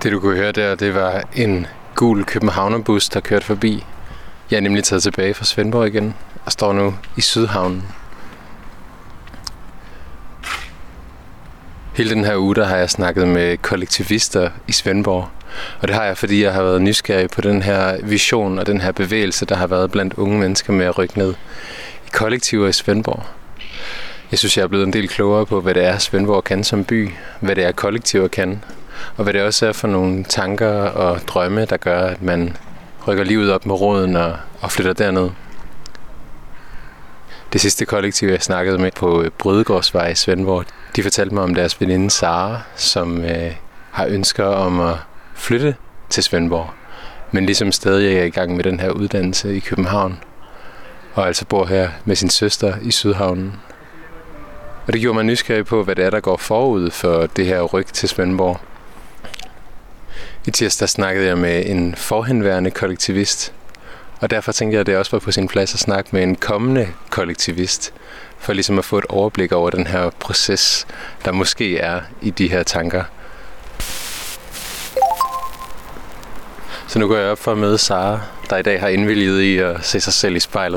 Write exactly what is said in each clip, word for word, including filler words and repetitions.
Det du kunne høre der, det var en gul københavnerbus, der kørte forbi. Jeg er nemlig taget tilbage fra Svendborg igen og står nu i Sydhavnen. Hele den her uge, der har jeg snakket med kollektivister i Svendborg. Og det har jeg, fordi jeg har været nysgerrig på den her vision og den her bevægelse, der har været blandt unge mennesker med at rykke ned i kollektiver i Svendborg. Jeg synes, jeg er blevet en del klogere på, hvad det er, Svendborg kan som by, hvad det er, kollektiver kan, og hvad det også er for nogle tanker og drømme, der gør, at man rykker livet op med roden og, og flytter derned. Det sidste kollektiv, jeg snakkede med på Brydegårdsvej i Svendborg, de fortalte mig om deres veninde Sara, som øh, har ønsker om at flytte til Svendborg, men ligesom stadig er i gang med den her uddannelse i København, og altså bor her med sin søster i Sydhavnen. Og det gjorde mig nysgerrig på, hvad det er, der går forud for det her ryk til Svendborg. I tirsdag snakkede jeg med en forhenværende kollektivist, og derfor tænkte jeg, at det også var på sin plads at snakke med en kommende kollektivist, for ligesom at få et overblik over den her proces, der måske er i de her tanker. Så nu går jeg op for at møde Sara, der i dag har indvilliget i at se sig selv i spejlet.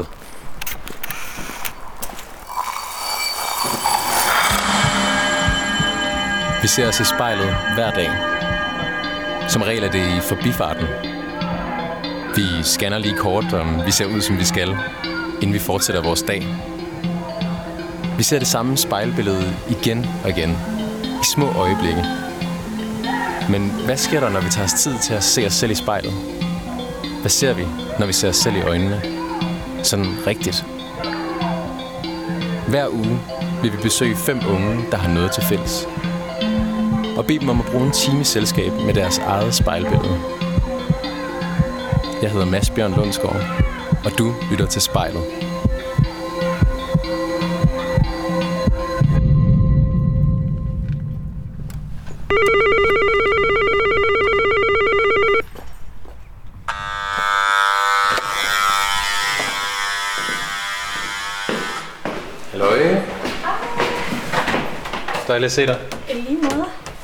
Vi ser os i spejlet hver dag. Som regel er det i forbifarten. Vi scanner lige kort, om vi ser ud, som vi skal, inden vi fortsætter vores dag. Vi ser det samme spejlbillede igen og igen, i små øjeblikke. Men hvad sker der, når vi tager os tid til at se os selv i spejlet? Hvad ser vi, når vi ser os selv i øjnene? Sådan rigtigt. Hver uge vil vi besøge fem unge, der har noget til fælles. Og bede dem om at bruge en time selskab med deres eget spejlbillede. Jeg hedder Mads Bjørn Lundsgaard, og du lytter til Spejlet. Halløj. Dejligt at se dig. I lige måde.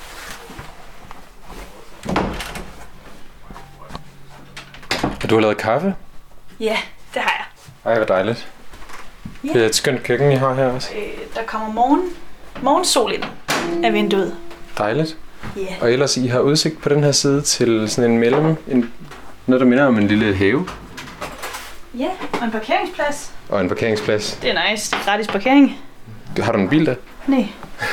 Og du har lavet kaffe? Ja, det har jeg. Ej, hvor dejligt. Ja. Det er et skønt køkken, I har her også. Øh, der kommer morgen, morgensol ind af vinduet. Dejligt. Ja. Og ellers, I har udsigt på den her side til sådan en mellem, en, noget der minder om en lille have. Ja, og en parkeringsplads. Og en parkeringsplads. Det er nice. Det er gratis parkering. Har du en bil der? Nej.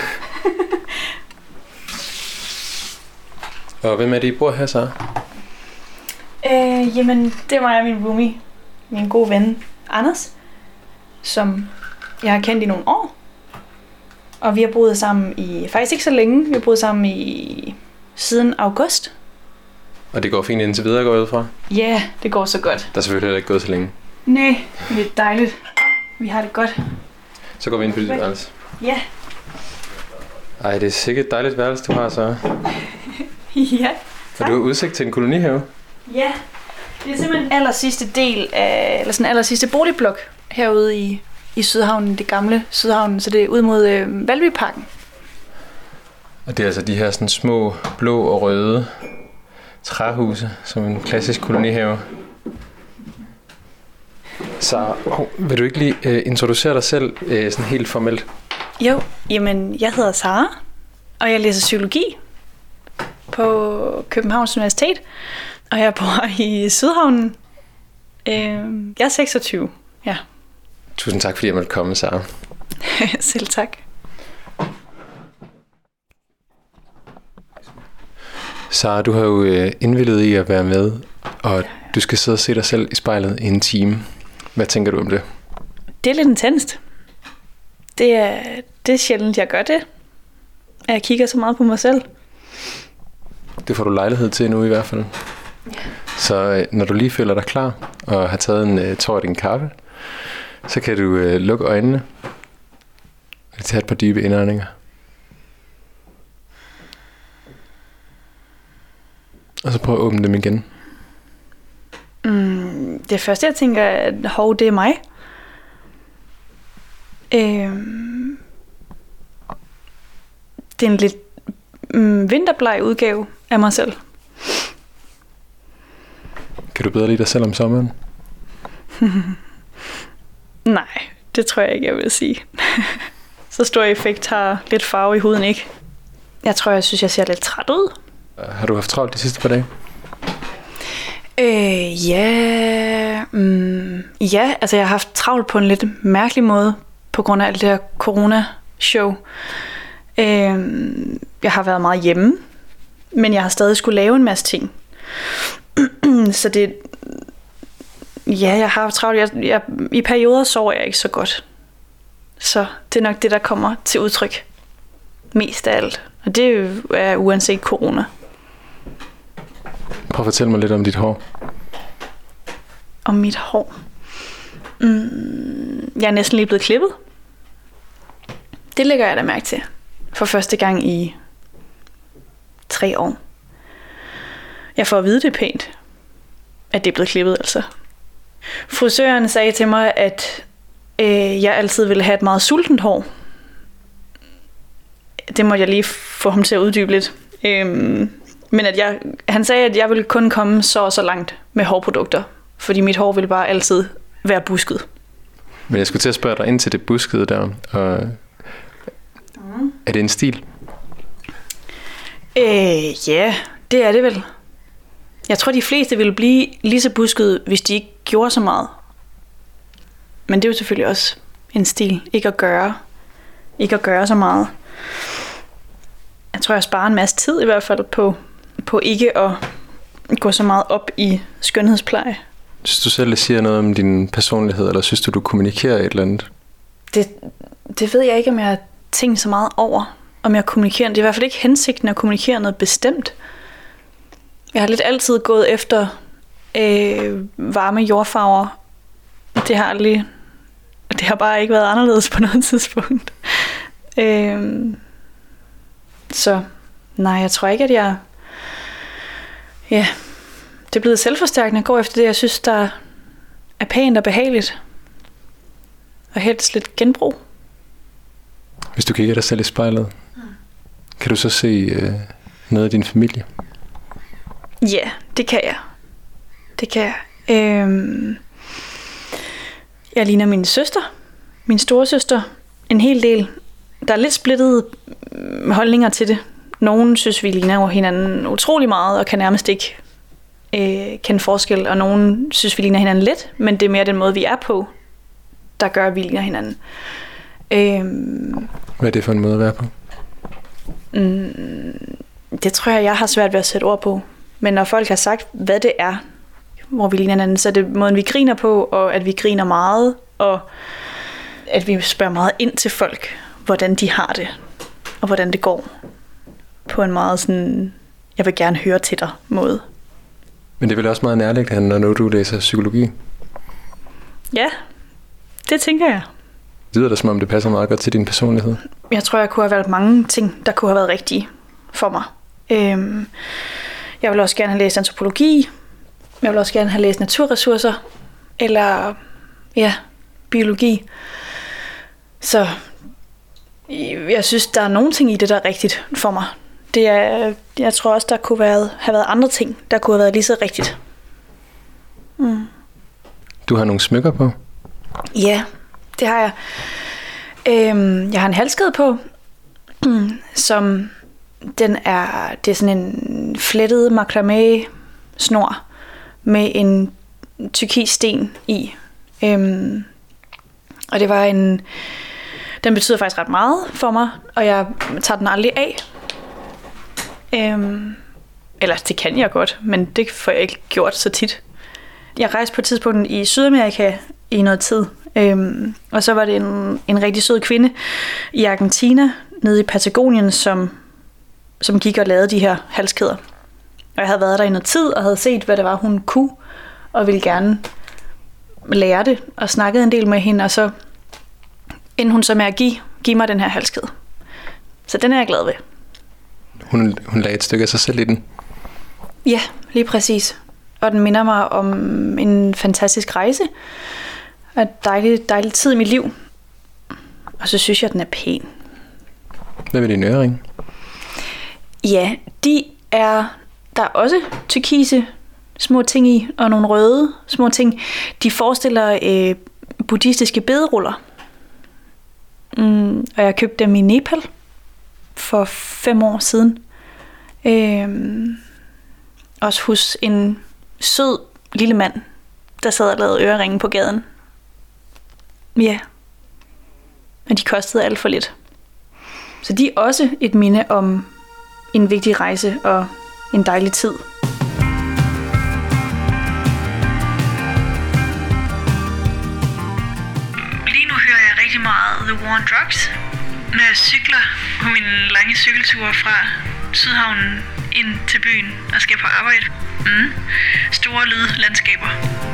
Og hvem er det, I bor her så? Øh, jamen, det var jeg min roomie. Min gode ven, Anders. Som jeg har kendt i nogle år. Og vi har boet sammen i, faktisk ikke så længe, vi har boet sammen i siden august. Og det går fint indtil videre, går jeg ud fra? Ja, yeah, det går så godt. Der er selvfølgelig heller ikke gået så længe. Nej, det er dejligt. Vi har det godt. Så går vi ind på dit værelse. Ja. Ej, det er sikkert et dejligt værelse, du har så. Ja, tak. Og du har udsigt til en kolonihave? Ja, det er simpelthen aller sidste del af, eller sådan aller sidste boligblok herude i, i Sydhavnen, det gamle Sydhavnen, så det er ud mod øh, Valbyparken. Og det er altså de her sådan små blå og røde træhuse, som en klassisk kolonihave. Så oh, vil du ikke lige øh, introducere dig selv øh, sådan helt formelt? Jo, jamen jeg hedder Sara, og jeg læser psykologi på Københavns Universitet, og jeg bor i Sydhavnen. Øh, jeg er seksogtyve, ja. Tusind tak, fordi jeg måtte komme, Sara. Selv tak. Sara, du har jo øh, indvilliget i at være med, og du skal sidde og se dig selv i spejlet i en time. Hvad tænker du om det? Det er lidt intenst. Det er, det er sjældent, jeg gør det. At jeg kigger så meget på mig selv. Det får du lejlighed til nu i hvert fald. Ja. Så øh, når du lige føler dig klar og har taget en øh, tår af din kaffe, så kan du øh, lukke øjnene og tage et par dybe indåndinger. Og så prøv at åbne dem igen. Mm, det første, jeg tænker, at hov, det er mig. Øhm, det er en lidt mm, vinterbleg udgave af mig selv. Kan du bedre lide dig selv om sommeren? Nej, det tror jeg ikke, jeg vil sige. Så stor effekt har lidt farve i huden ikke. Jeg tror, jeg synes, jeg ser lidt træt ud. Har du haft travlt de sidste par dage? Øh, ja, mm, ja, altså jeg har haft travlt på en lidt mærkelig måde på grund af alt det her corona-show. Øh, jeg har været meget hjemme, men jeg har stadig skulle lave en masse ting. Så det, ja, jeg har haft travlt. Jeg, jeg, I perioder sover jeg ikke så godt. Så det er nok det, der kommer til udtryk mest af alt. Og det er uanset corona. Prøv at fortælle mig lidt om dit hår. Om mit hår? Mm, jeg er næsten lige blevet klippet. Det lægger jeg da mærke til. For første gang i tre år. Jeg får at vide det pænt, at det er blevet klippet altså. Frisøren sagde til mig, at øh, jeg altid ville have et meget sultent hår. Det måtte jeg lige få ham til at uddybe lidt. Øhm, men at jeg, han sagde, at jeg ville kun komme så og så langt med hårprodukter, fordi mit hår ville bare altid være busket. Men jeg skulle til at spørge dig ind til det buskede der. Og mm. Er det en stil? Øh, ja, det er det vel. Jeg tror, de fleste ville blive lige så buskede, hvis de ikke gjorde så meget. Men det er jo selvfølgelig også en stil. Ikke at gøre. Ikke at gøre så meget. Jeg tror, jeg sparer en masse tid i hvert fald på, på ikke at gå så meget op i skønhedspleje. Synes du selv, det siger noget om din personlighed, eller synes du, du kommunikerer et eller andet? Det, det ved jeg ikke, om jeg har tænkt så meget over, om jeg kommunikerer. Det er i hvert fald ikke hensigten at kommunikere noget bestemt. Jeg har lidt altid gået efter øh, varme jordfarver. Det har aldrig, det har bare ikke været anderledes på noget tidspunkt. Øh, så nej, jeg tror ikke, at jeg... Ja, det er blevet selvforstærkende at gå efter det, jeg synes, der er pænt og behageligt. Og helst lidt genbrug. Hvis du kigger dig selv i spejlet, mm. kan du så se øh, noget af din familie? Ja, det kan jeg. Det kan jeg. Øhm, jeg ligner min søster, min storesøster, en hel del. Der er lidt splittede holdninger til det. Nogen synes, vi ligner over hinanden utrolig meget, og kan nærmest ikke øh, kende forskel. Og nogen synes, vi ligner hinanden lidt, men det er mere den måde, vi er på, der gør, at vi ligner hinanden. Øhm, Hvad er det for en måde at være på? Mm, det tror jeg, jeg har svært ved at sætte ord på. Men når folk har sagt, hvad det er, hvor vi ligner hinanden, så er det måden, vi griner på, og at vi griner meget, og at vi spørger meget ind til folk, hvordan de har det, og hvordan det går. På en meget sådan, jeg vil gerne høre til dig måde. Men det er vel også meget nærliggende, når nu du læser psykologi? Ja, det tænker jeg. Det lyder da, som om det passer meget godt til din personlighed. Jeg tror, jeg kunne have valgt mange ting, der kunne have været rigtige for mig. Øhm, jeg vil også gerne have læst antropologi. Jeg vil også gerne have læst naturressourcer. Eller, ja, biologi. Så jeg synes, der er nogle ting i det, der er rigtigt for mig. Det er, jeg tror også, der kunne været, have været andre ting, der kunne have været lige så rigtigt. Mm. Du har nogle smykker på? Ja, det har jeg. Øhm, jeg har en halskæde på, som den er, det er sådan en flettet macramé snor med en tyrkis sten i. Øhm, og det var en, den betyder faktisk ret meget for mig, og jeg tager den aldrig af. Øhm, eller det kan jeg godt, men det får jeg ikke gjort så tit. Jeg rejste på et tidspunkt i Sydamerika i noget tid, øhm, og så var det en, en rigtig sød kvinde i Argentina, nede i Patagonien, som, som gik og lavede de her halskæder. Og jeg havde været der i noget tid, og havde set, hvad det var, hun kunne, og ville gerne lære det, og snakkede en del med hende, og så endte hun så med at give, give mig den her halskæde. Så den er jeg glad ved. Hun, hun lagde et stykke af sig selv i den? Ja, lige præcis. Og den minder mig om en fantastisk rejse. Og et dejligt, dejligt tid i mit liv. Og så synes jeg, at den er pæn. Hvad med dine øreringe? Ja, de er... Der er også turkise små ting i, og nogle røde små ting. De forestiller øh, buddhistiske bederuller. Mm, og jeg købte dem i Nepal for fem år siden. Øh, også hos en sød lille mand, der sad og lavede øreringe på gaden. Ja. Og de kostede alt for lidt. Så de er også et minde om en vigtig rejse og en dejlig tid. Lige nu hører jeg rigtig meget The War on Drugs, når jeg cykler på mine lange cykelture fra Sydhavnen ind til byen og skal på arbejde. Mm. Store lydlandskaber.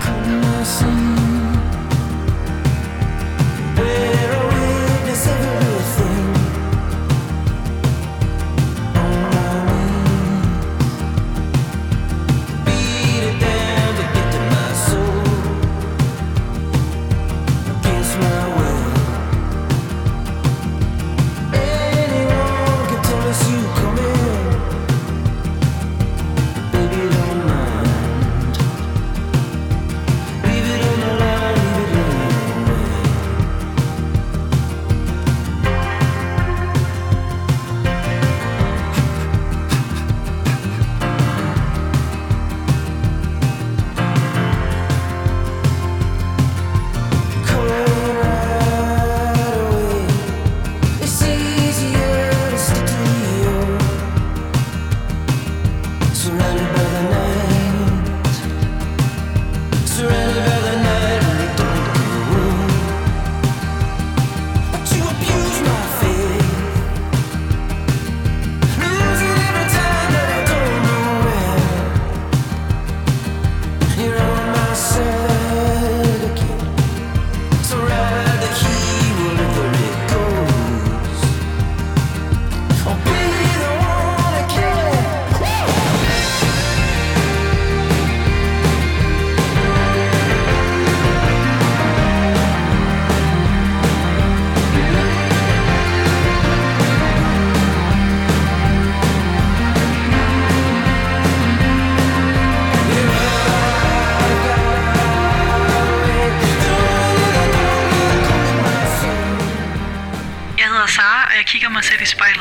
Kigger mig selv i spejlet.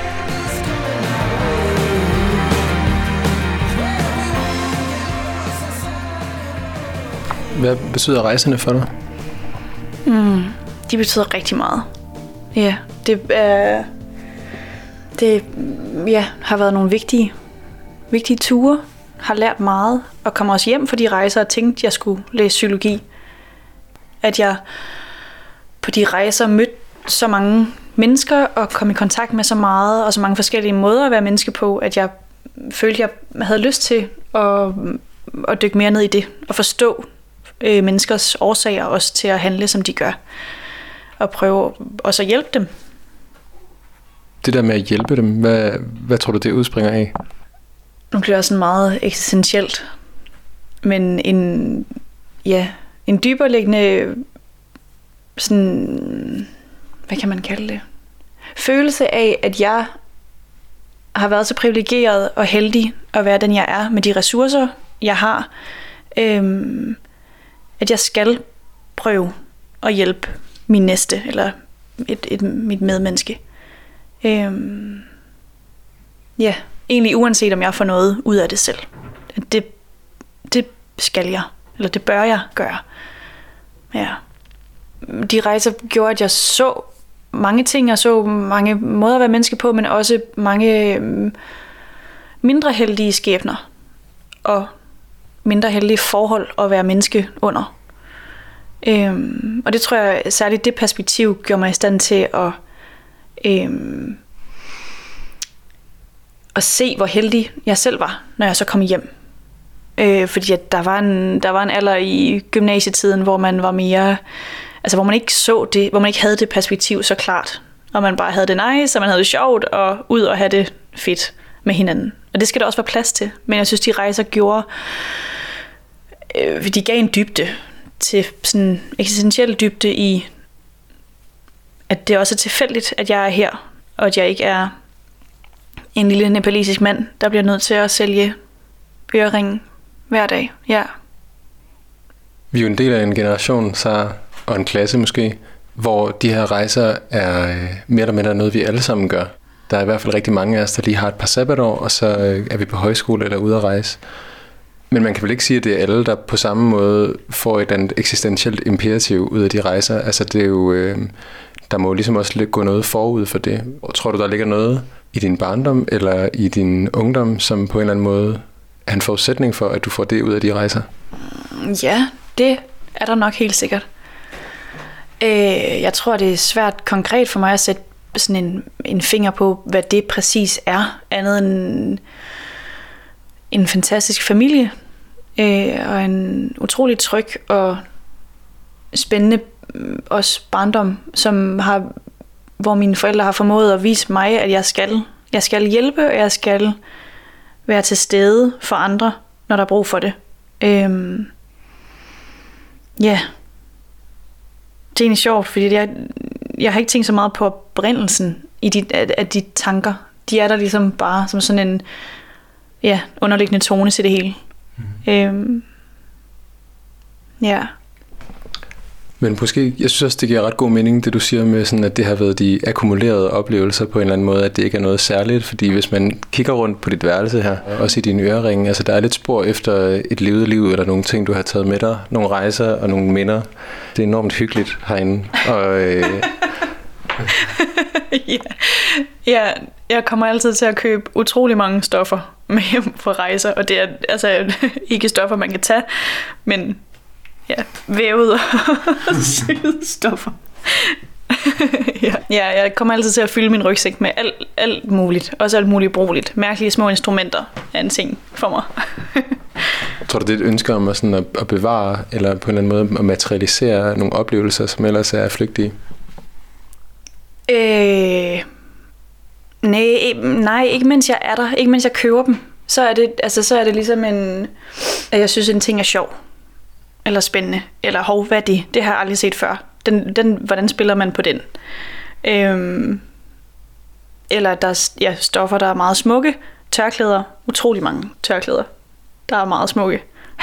Hvad betyder rejserne for dig? Mm, de betyder rigtig meget. Ja, det er øh, det ja, har været nogle vigtige vigtige ture. Har lært meget og kommer også hjem fra de rejser og tænkte, at jeg skulle læse psykologi. At jeg på de rejser mødte så mange mennesker og kom i kontakt med så meget og så mange forskellige måder at være menneske på, at jeg følte, at jeg havde lyst til at, at dykke mere ned i det og forstå øh, menneskers årsager også til at handle, som de gør, og prøve også at hjælpe dem. Det der med at hjælpe dem, hvad, hvad tror du, det udspringer af? Nu bliver det sådan meget eksistentielt, men en, ja, en dybereliggende sådan, hvad kan man kalde det? Følelse af, at jeg har været så privilegeret og heldig at være den, jeg er, med de ressourcer, jeg har. Øhm, at jeg skal prøve at hjælpe min næste, eller et, et, mit medmenneske. Øhm, ja, egentlig uanset om jeg får noget ud af det selv. Det, det skal jeg, eller det bør jeg gøre. Ja. De rejser gjorde, at jeg så mange ting, og så mange måder at være menneske på, men også mange mindre heldige skæbner, og mindre heldige forhold at være menneske under. Øhm, og det tror jeg, særligt det perspektiv gjorde mig i stand til at, øhm, at se, hvor heldig jeg selv var, når jeg så kom hjem. Øh, fordi at der var en, der var en alder i gymnasietiden, hvor man var mere, altså hvor man ikke så det, hvor man ikke havde det perspektiv så klart, og man bare havde det nice, og man havde det sjovt, og ud og have det fedt med hinanden. Og det skal der også være plads til. Men jeg synes, de rejser gjorde, øh, de gav en dybde til sådan eksistentiel dybde i, at det også er tilfældigt, at jeg er her, og at jeg ikke er en lille nepalesisk mand, der bliver nødt til at sælge øreringen hver dag, ja. Vi er jo en del af en generation, så, og en klasse måske, hvor de her rejser er øh, mere eller mindre noget, vi alle sammen gør. Der er i hvert fald rigtig mange af os, der lige har et par sabbatår, og så øh, er vi på højskole eller ude at rejse. Men man kan vel ikke sige, at det er alle, der på samme måde får et andet eksistentielt imperativ ud af de rejser. Altså det er jo, øh, der må jo ligesom også gå noget forud for det. Tror du, der ligger noget i din barndom eller i din ungdom, som på en eller anden måde er en forudsætning for, at du får det ud af de rejser? Ja, det er der nok helt sikkert. Øh, jeg tror, det er svært konkret for mig at sætte sådan en, en finger på, hvad det præcis er, andet end en fantastisk familie, øh, og en utrolig tryg og spændende også barndom, som har, hvor mine forældre har formået at vise mig, at jeg skal, jeg skal hjælpe, og jeg skal være til stede for andre, når der er brug for det. Øh, ja, det er egentlig sjovt, fordi jeg, jeg har ikke tænkt så meget på oprindelsen i de, af, af de tanker. De er der ligesom bare som sådan en ja, underliggende tone til det hele. Mm. Øhm, ja. Men måske, jeg synes også, det giver ret god mening, det du siger med, sådan, at det har været de akkumulerede oplevelser på en eller anden måde, at det ikke er noget særligt, fordi hvis man kigger rundt på dit værelse her, også i dine øreringe, altså der er lidt spor efter et levet liv, eller nogle ting, du har taget med dig, nogle rejser og nogle minder. Det er enormt hyggeligt herinde. Og, øh... ja. ja, jeg kommer altid til at købe utrolig mange stoffer med hjem på rejser, og det er altså ikke stoffer, man kan tage, men ja, vævet og syede stoffer. ja. ja, jeg kommer altid til at fylde min rygsæk med alt, alt muligt, også alt muligt brugeligt. Mærkelige små instrumenter er en ting for mig. Tror du, det er et ønske om at, sådan at, at bevare, eller på en eller anden måde at materialisere nogle oplevelser, som ellers er flygtige? Øh, nej, nej, ikke mens jeg er der, ikke mens jeg køber dem. Så er det, altså, så er det ligesom en, at jeg synes, en ting er sjov, eller spændende, eller hov, hvad er det? Det har jeg aldrig set før. Den, den, hvordan spiller man på den? Øhm, eller der er ja, stoffer, der er meget smukke. Tørklæder, utrolig mange tørklæder, der er meget smukke.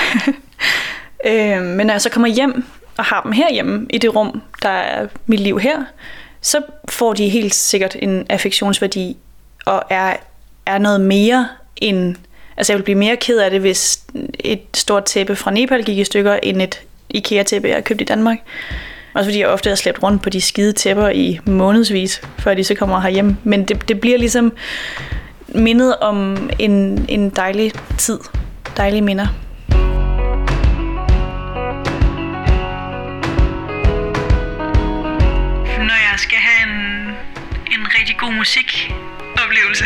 øhm, men når jeg så kommer hjem og har dem herhjemme i det rum, der er mit liv her, så får de helt sikkert en affektionsværdi, og er, er noget mere end... Altså jeg vil blive mere ked af det, hvis et stort tæppe fra Nepal gik i stykker, end et IKEA-tæppe, jeg har købt i Danmark. Også fordi jeg ofte har slæbt rundt på de skide tæpper i månedsvis, før de så kommer herhjem. Men det, det bliver ligesom mindet om en, en dejlig tid. Dejlige minder. Når jeg skal have en, en rigtig god musikoplevelse.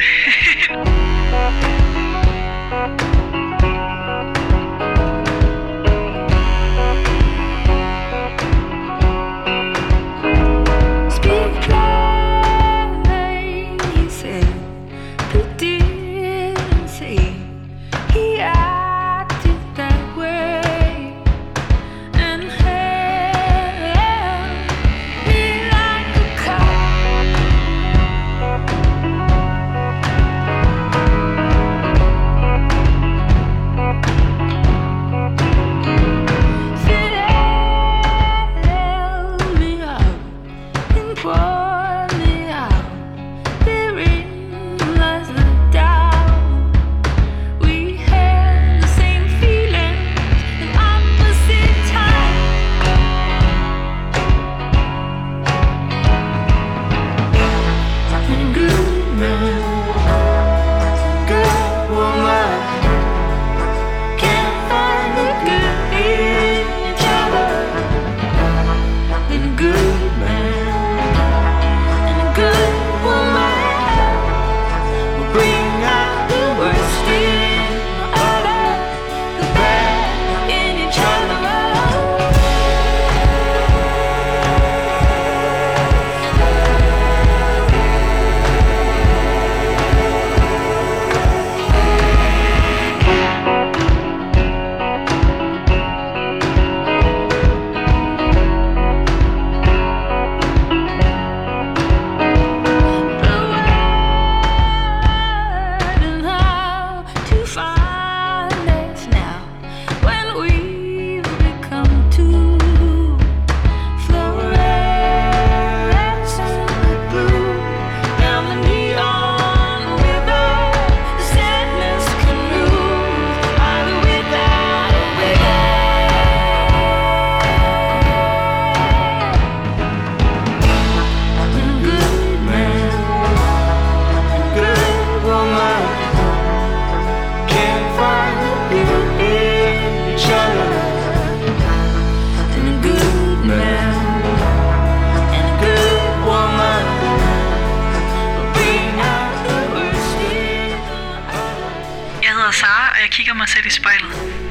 mig selv i spejlet.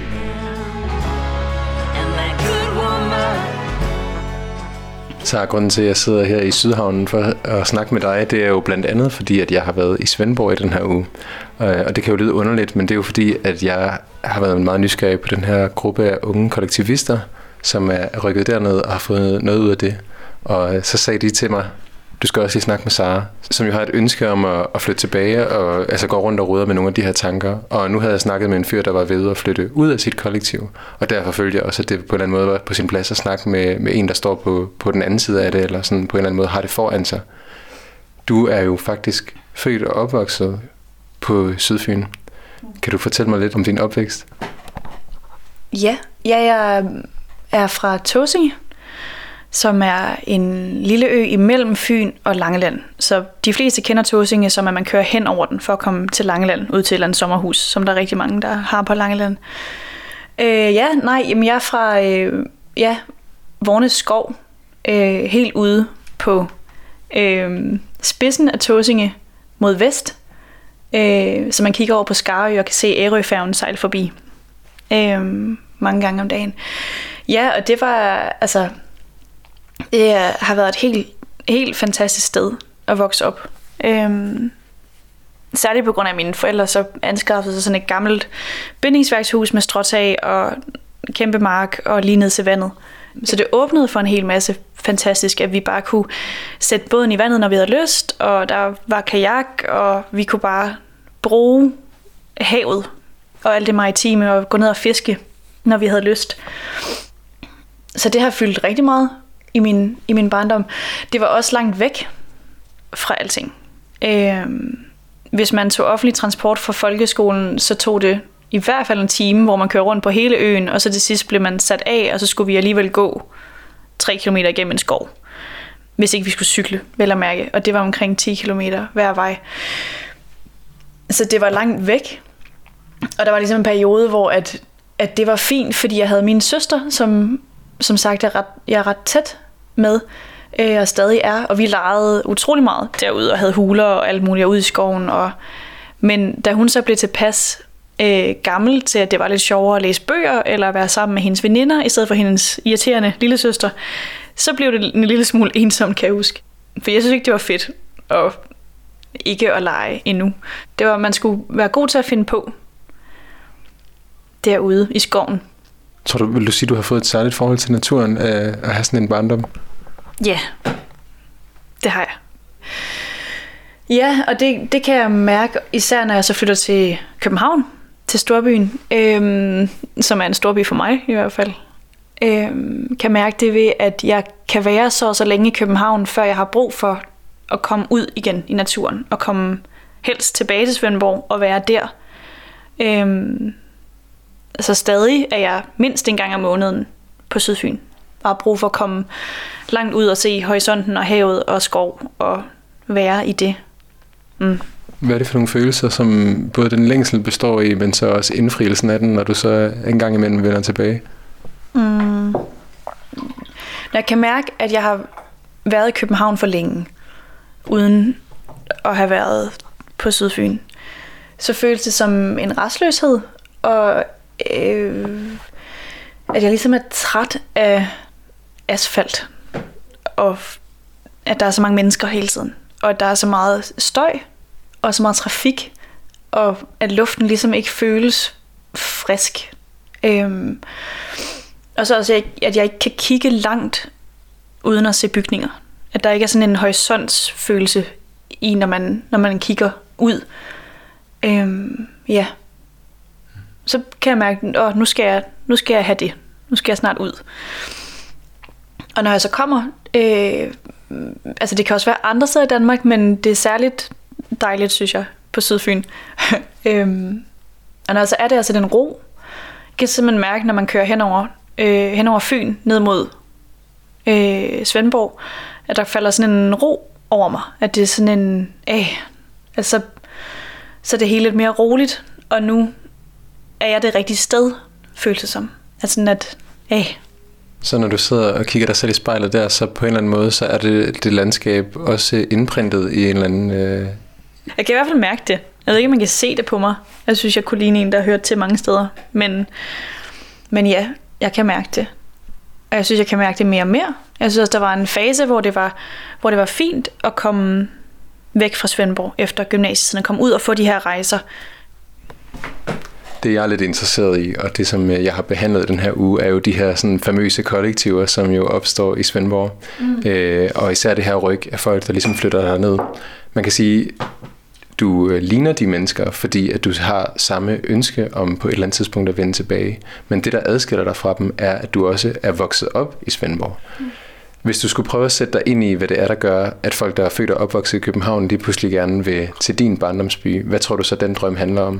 Så grunden til, at jeg sidder her i Sydhavnen for at snakke med dig, det er jo blandt andet fordi, at jeg har været i Svendborg i den her uge. Og det kan jo lyde underligt, men det er jo fordi, at jeg har været meget nysgerrig på den her gruppe af unge kollektivister, som er rykket derned og har fået noget ud af det. Og så sagde de til mig, du skal også lige snakke med Sara, som jo har et ønske om at, at flytte tilbage og altså gå rundt og rode med nogle af de her tanker. Og nu havde jeg snakket med en fyr, der var ved at flytte ud af sit kollektiv. Og derfor følte jeg også, at det på en eller anden måde var på sin plads at snakke med, med en, der står på, på den anden side af det, eller sådan på en eller anden måde har det foran sig. Du er jo faktisk født og opvokset på Sydfyn. Kan du fortælle mig lidt om din opvækst? Ja, jeg er fra Tåsinge, som er en lille ø imellem Fyn og Langeland. Så de fleste kender Tåsinge, som at man kører hen over den for at komme til Langeland, ud til et eller andet sommerhus, som der er rigtig mange, der har på Langeland. Øh, ja, nej, jamen jeg er fra øh, ja, Vornes Skov, øh, helt ude på øh, spidsen af Tåsinge mod vest, øh, så man kigger over på Skarø og kan se Ærøfærgen sejle forbi øh, mange gange om dagen. Ja, og det var altså... Det har været et helt, helt fantastisk sted at vokse op. Øhm, særligt på grund af mine forældre, så anskaffede sig sådan et gammelt bindingsværkshus med stråtag og kæmpe mark og lige ned til vandet. Så det åbnede for en hel masse fantastisk, at vi bare kunne sætte båden i vandet, når vi havde lyst, og der var kajak, og vi kunne bare bruge havet og alt det maritime og gå ned og fiske, når vi havde lyst. Så det har fyldt rigtig meget i min, i min barndom. Det var også langt væk fra alting. Øh, hvis man tog offentlig transport fra folkeskolen, så tog det i hvert fald en time, hvor man kører rundt på hele øen, og så til sidst blev man sat af, og så skulle vi alligevel gå tre kilometer igennem en skov, hvis ikke vi skulle cykle, vel at mærke. Og det var omkring ti kilometer hver vej. Så det var langt væk. Og der var ligesom en periode, hvor at, at det var fint, fordi jeg havde min søster, som som sagt er ret, jeg er ret tæt med, øh, og stadig er, og vi legede utrolig meget derude, og havde huler og alt muligt ude i skoven, og, men da hun så blev tilpas øh, gammel til, at det var lidt sjovere at læse bøger, eller være sammen med hendes veninder, i stedet for hendes irriterende lillesøster, så blev det en lille smule ensomt, kan jeg huske. For jeg synes ikke, det var fedt at ikke at lege endnu. Det var, man skulle være god til at finde på derude i skoven. Tror du, vil du sige, du har fået et særligt forhold til naturen øh, at have sådan en barndom? Ja, yeah, det har jeg. Ja, og det, det kan jeg mærke, især når jeg så flytter til København, til storbyen, øhm, som er en storby for mig i hvert fald. Øhm, kan mærke det ved, at jeg kan være så så længe i København, før jeg har brug for at komme ud igen i naturen, og komme helst tilbage til Svendborg og være der. Øhm, Så stadig er jeg mindst en gang om måneden på Sydfyn. Og har brug for at komme langt ud og se horisonten og havet og skov og være i det. Mm. Hvad er det for nogle følelser, som både den længsel består i, men så også indfrielsen af den, når du så en gang imellem vender tilbage? Mm. Jeg kan mærke, at jeg har været i København for længe, uden at have været på Sydfyn. Så føles det som en rastløshed, og Øh, at jeg ligesom er træt af asfalt, og at der er så mange mennesker hele tiden, og at der er så meget støj og så meget trafik, og at luften ligesom ikke føles frisk. øhm, og så også at jeg ikke kan kigge langt uden at se bygninger, at der ikke er sådan en horisontsfølelse i, når man, når man kigger ud. øhm, ja Så kan jeg mærke, at nu skal jeg, nu skal jeg have det. Nu skal jeg snart ud. Og når jeg så kommer, øh, altså det kan også være andre steder i Danmark, men det er særligt dejligt, synes jeg, på Sydfyn. øhm, og når jeg så er det altså den ro, jeg kan simpelthen mærke, når man kører henover, øh, henover Fyn, ned mod øh, Svendborg, at der falder sådan en ro over mig. At det er sådan en, øh, altså, så er det hele lidt mere roligt, og nu er jeg det rigtige sted, føles det som. Altså sådan at, øh. Så når du sidder og kigger dig selv i spejlet der, så på en eller anden måde, så er det, det landskab også indprintet i en eller anden... Øh... Jeg kan i hvert fald mærke det. Jeg ved ikke, om man kan se det på mig. Jeg synes, jeg kunne ligne en, der har hørt til mange steder. Men, men ja, jeg kan mærke det. Og jeg synes, jeg kan mærke det mere og mere. Jeg synes også, der var en fase, hvor det var, hvor det var fint at komme væk fra Svendborg efter gymnasiet, og komme ud og få de her rejser. Det jeg er lidt interesseret i, og det som jeg har behandlet den her uge, er jo de her sådan famøse kollektiver, som jo opstår i Svendborg. Mm. Øh, og især det her ryg af folk, der ligesom flytter derned. Man kan sige, du ligner de mennesker, fordi at du har samme ønske om på et eller andet tidspunkt at vende tilbage. Men det, der adskiller dig fra dem, er, at du også er vokset op i Svendborg. Mm. Hvis du skulle prøve at sætte dig ind i, hvad det er, der gør, at folk, der er født og opvokset i København, de pludselig gerne vil til din barndomsby, hvad tror du så, den drøm handler om?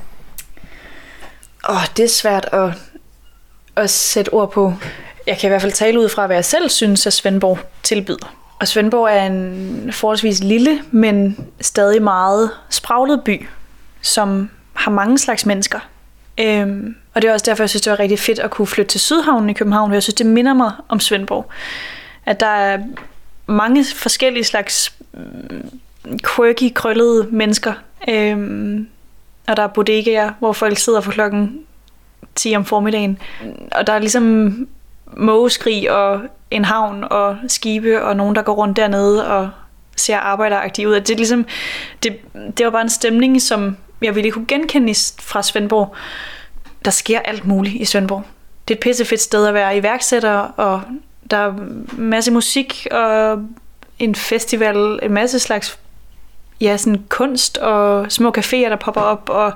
Åh, oh, det er svært at, at sætte ord på. Jeg kan i hvert fald tale ud fra, hvad jeg selv synes, at Svendborg tilbyder. Og Svendborg er en forholdsvis lille, men stadig meget spraglet by, som har mange slags mennesker. Øhm, og det er også derfor, jeg synes, det var rigtig fedt at kunne flytte til Sydhavnen i København, for jeg synes, det minder mig om Svendborg. At der er mange forskellige slags quirky, krøllede mennesker. Øhm, og der er bodegaer, hvor folk sidder for klokken ti om formiddagen. Og der er ligesom mågeskrig og en havn og skibe og nogen, der går rundt dernede og ser arbejderagtige ud. Det er ligesom, det, det var bare en stemning, som jeg ville kunne genkende fra Svendborg. Der sker alt muligt i Svendborg. Det er et pissefedt sted at være iværksætter, og der er en masse musik og en festival, en masse slags ja, sådan kunst og små caféer, der popper op, og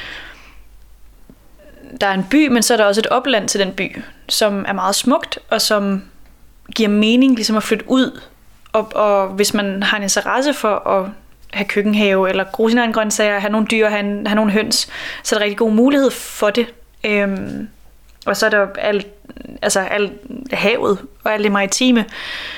der er en by, men så er der også et opland til den by, som er meget smukt, og som giver mening ligesom at flytte ud. Og, og hvis man har en interesse for at have køkkenhave, eller gro sine egne grøntsager, have nogle dyr, have, have nogle høns, så er der rigtig god mulighed for det. Øhm, og så er der alt, altså alt havet og alt det maritime,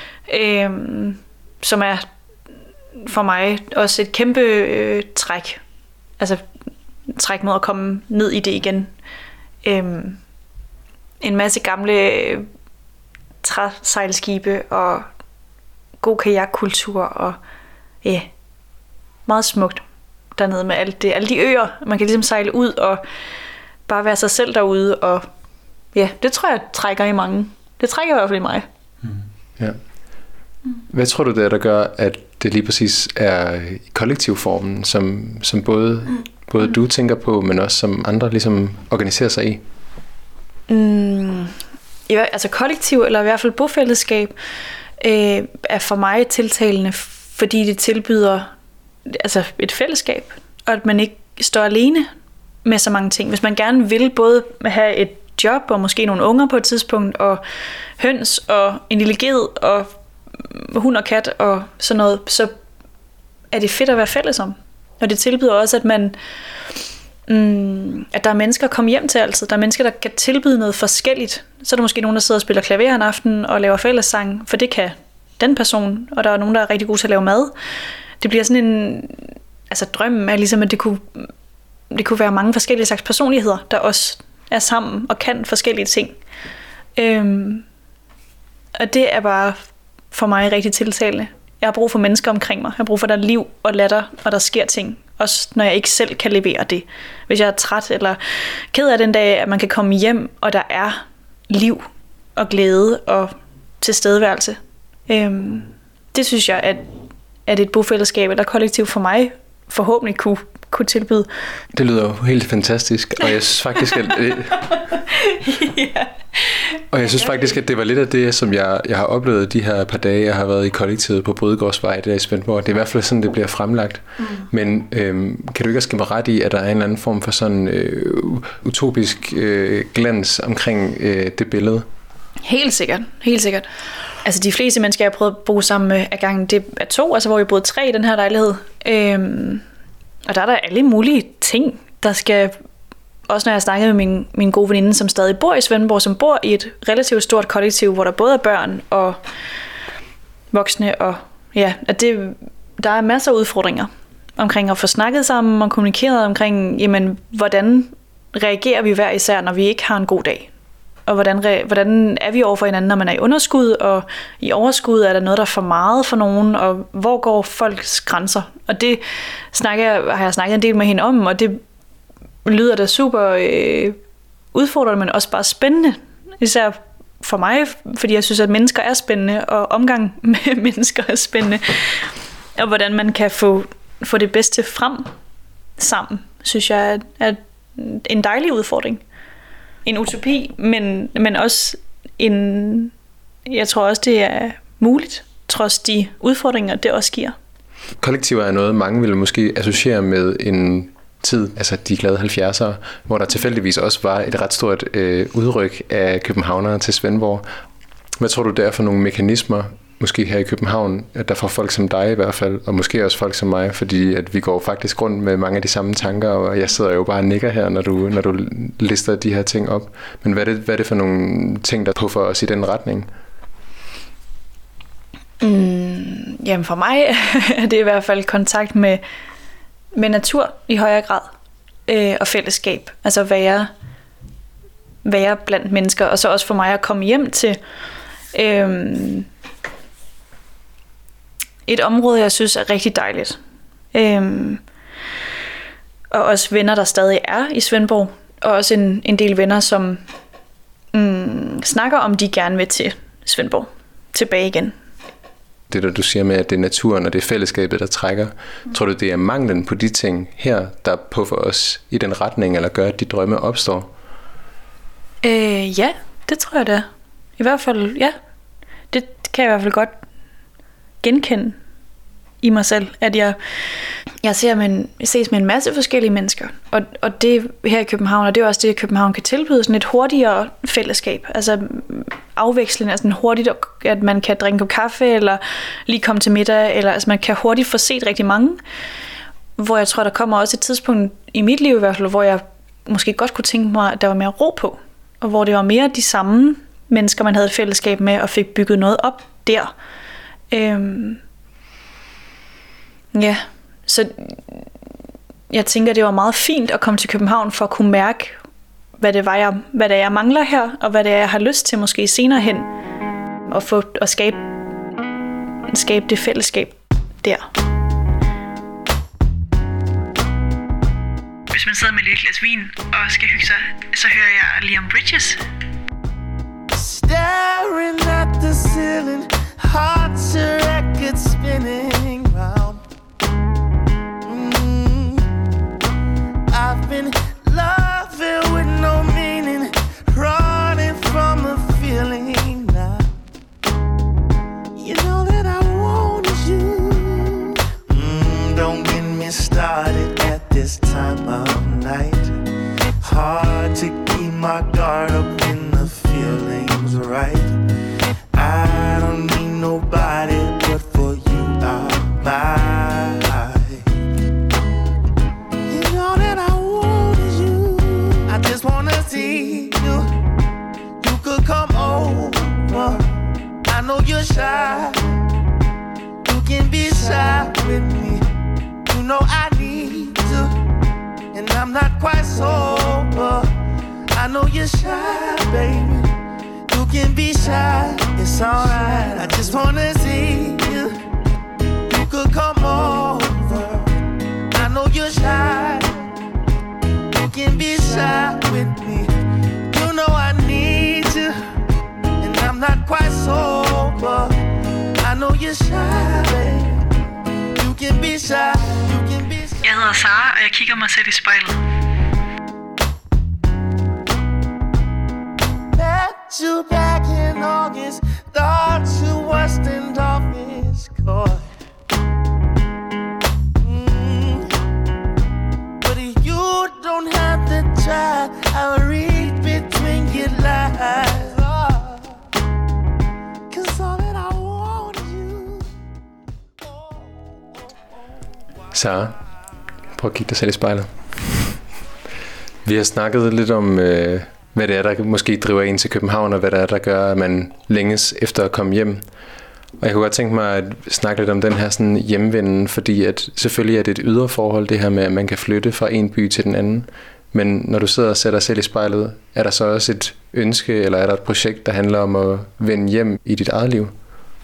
øhm, som er for mig også et kæmpe øh, træk. Altså træk mod at komme ned i det igen. Øhm, en masse gamle øh, træsejlskibe og god kajakkultur og ja, yeah, meget smukt dernede med alt det, alle de øer. Man kan ligesom sejle ud og bare være sig selv derude, og ja, det tror jeg trækker i mange. Det trækker i hvert fald i mig. Mm. Ja. Hvad tror du det er, der gør, at det lige præcis er i kollektivformen, som, som både, mm. både du tænker på, men også som andre ligesom organiserer sig i? Mm, ja, altså kollektiv, eller i hvert fald bofællesskab, øh, er for mig tiltalende, fordi det tilbyder altså et fællesskab, og at man ikke står alene med så mange ting. Hvis man gerne vil både have et job, og måske nogle unger på et tidspunkt, og høns, og en lille ged, og hund og kat, og sådan noget, så er det fedt at være fælles om. Og det tilbyder også, at man mm, at der er mennesker at komme hjem til altid. Der er mennesker, der kan tilbyde noget forskelligt. Så er der måske nogen, der sidder og spiller klaver en aften og laver fællessang, for det kan den person, og der er nogen, der er rigtig gode til at lave mad. Det bliver sådan en, altså drømmen er ligesom, at det kunne, det kunne være mange forskellige slags personligheder, der også er sammen og kan forskellige ting. Øhm, og det er bare for mig rigtig tiltalende. Jeg har brug for mennesker omkring mig. Jeg har brug for, at der er liv og latter, og der sker ting. Også når jeg ikke selv kan levere det. Hvis jeg er træt eller ked af den dag, at man kan komme hjem, og der er liv og glæde og tilstedeværelse. Øhm, det synes jeg, at, at et bofællesskab eller kollektiv for mig forhåbentlig kunne, kunne tilbyde. Det lyder jo helt fantastisk, og jeg synes faktisk, at det, ja. og jeg synes faktisk, at det var lidt af det, som jeg, jeg har oplevet de her par dage, jeg har været i kollektivet på Brydegårdsvej, der i Svendborg. Det er i hvert fald sådan, det bliver fremlagt. Mm. Men øhm, kan du ikke også give mig ret i, at der er en eller anden form for sådan øh, utopisk øh, glans omkring øh, det billede? Helt sikkert, helt sikkert. Altså de fleste mennesker, jeg har prøvet at bo sammen med af gangen, det er to, altså hvor vi boede tre i den her lejlighed. Øhm, og der er der alle mulige ting, der skal... Også når jeg snakkede med min, min gode veninde, som stadig bor i Svendborg, som bor i et relativt stort kollektiv, hvor der både er børn og voksne, og ja, at det, der er masser af udfordringer omkring at få snakket sammen og kommunikeret omkring, jamen, hvordan reagerer vi hver især, når vi ikke har en god dag. og hvordan, hvordan er vi over for hinanden, når man er i underskud, og i overskud er der noget, der er for meget for nogen, og hvor går folks grænser? Og det snakker jeg, har jeg snakket en del med hende om, og det lyder da super øh, udfordrende, men også bare spændende. Især for mig, fordi jeg synes, at mennesker er spændende, og omgang med mennesker er spændende. Og hvordan man kan få, få det bedste frem sammen, synes jeg er, er en dejlig udfordring. En utopi, men, men også en... Jeg tror også, det er muligt, trods de udfordringer, det også giver. Kollektiver er noget, mange ville måske associere med en tid, altså de glade halvfjerdsere, hvor der tilfældigvis også var et ret stort øh, udryk af københavnere til Svendborg. Hvad tror du, der er for nogle mekanismer, måske her i København, at der får folk som dig i hvert fald, og måske også folk som mig, fordi at vi går faktisk rundt med mange af de samme tanker, og jeg sidder jo bare og nikker her, når du, når du lister de her ting op. Men hvad er det, hvad er det for nogle ting, der puffer os i den retning? Mm, jamen for mig er det i hvert fald kontakt med, med natur i højere grad, øh, og fællesskab. Altså være, være blandt mennesker, og så også for mig at komme hjem til øh, et område, jeg synes er rigtig dejligt. Øhm, og også venner, der stadig er i Svendborg. Og også en, en del venner, som mm, snakker om, de gerne vil til Svendborg. Tilbage igen. Det der du siger med, at det er naturen og det er fællesskabet, der trækker. Mm. Tror du, det er manglen på de ting her, der puffer os i den retning, eller gør, at de drømme opstår? Øh, ja, det tror jeg det er. I hvert fald, ja. Det kan jeg i hvert fald godt genkende i mig selv, at jeg, jeg, ser med en, jeg ses med en masse forskellige mennesker, og, og det her i København, og det er også det, København kan tilbyde, sådan et hurtigere fællesskab, altså afveksling, altså hurtigt, at man kan drikke en kaffe, eller lige komme til middag, eller altså man kan hurtigt få set rigtig mange, hvor jeg tror, der kommer også et tidspunkt i mit liv i hvert fald, hvor jeg måske godt kunne tænke mig, at der var mere ro på, og hvor det var mere de samme mennesker, man havde et fællesskab med, og fik bygget noget op der. Øhm, ja, så jeg tænker, det var meget fint at komme til København for at kunne mærke, hvad det var, jeg, hvad det er, jeg mangler her, og hvad det er, jeg har lyst til måske senere hen, og få at skabe, skabe det fællesskab der. Hvis man sidder med et lille glas vin og skal hygge sig, så hører jeg Leon Bridges. Staring at the ceiling, hearts a record spinning round. Mm. I've been loving with no meaning, running from a feeling now. You know that I want you. Mm, don't get me started at this time of night. Hard to keep my guard up when the feeling's right. I don't need nobody but for you are mine. You know that I want you. I just wanna see you. You could come over. I know you're shy. You can be shy with me. You know I need to, and I'm not quite sober. I know you're shy, baby. You can be shy, it's alright. I just wanna see you. You could come over. I know you're shy. You can be shy with me. You know I need you, and I'm not quite sober. I know you're shy, baby. You can be shy. You can be shy. Jeg hedder Sara, og jeg kigger mig selv i spejlet. You back in August, thought you was in office court. Mm. But you don't have to try. I'll read between your lines. Oh. Cause all that I want you. Sara, prøv at kigge dig selv i spejlet. Vi har snakket lidt om øh, hvad det er, der måske driver en til København, og hvad det er, der gør, at man længes efter at komme hjem. Og jeg kunne godt tænke mig at snakke lidt om den her sådan hjemvenden, fordi at selvfølgelig er det et ydre forhold, det her med, at man kan flytte fra en by til den anden. Men når du sidder og sætter dig selv i spejlet, er der så også et ønske, eller er der et projekt, der handler om at vende hjem i dit eget liv?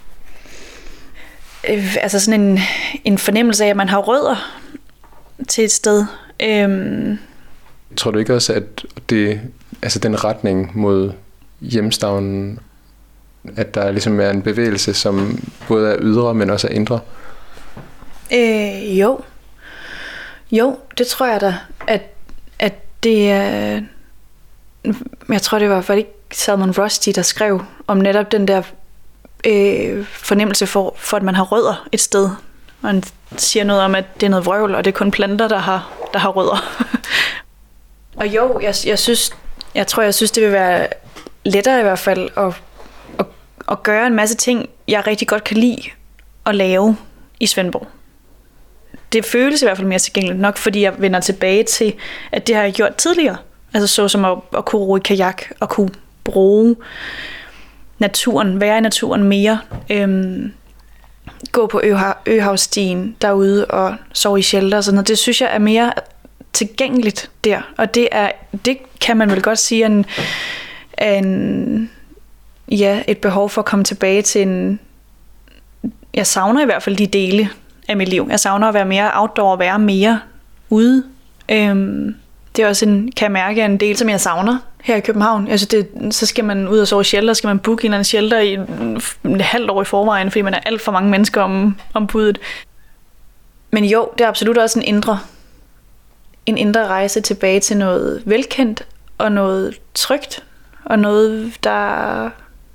Øh, altså sådan en, en fornemmelse af, at man har rødder til et sted. Øhm. Tror du ikke også, at det, altså den retning mod hjemstavnen, at der ligesom er en bevægelse, som både er ydre, men også er indre? Øh, jo. Jo, det tror jeg da, at, at det er... Jeg tror, det var i hvert fald ikke Salman Rushdie, der skrev om netop den der øh, fornemmelse for, for, at man har rødder et sted. Og han siger noget om, at det er noget vrøvl, og det er kun planter, der har, der har rødder. Og jo, jeg, jeg, synes, jeg tror, jeg synes, det vil være lettere i hvert fald at, at, at gøre en masse ting, jeg rigtig godt kan lide at lave i Svendborg. Det føles i hvert fald mere tilgængeligt nok, fordi jeg vender tilbage til, at det har jeg gjort tidligere. Altså så som at, at kunne ro i kajak, og kunne bruge naturen, være i naturen mere. Øhm, gå på Øha- Øhavsstien derude og sove i shelter og sådan noget. Det synes jeg er mere tilgængeligt der. Og det er, det kan man vel godt sige, en, en, ja, et behov for at komme tilbage til en... Jeg savner i hvert fald de dele af mit liv. Jeg savner at være mere outdoor og være mere ude. Øhm, det er også en, kan jeg mærke, en del, som jeg savner her i København. Altså det, så skal man ud og sove i shelter, skal man booke en eller anden shelter i et halvt år i forvejen, fordi man er alt for mange mennesker om, om budet. Men jo, det er absolut også en indre, en indre rejse tilbage til noget velkendt og noget trygt og noget, der,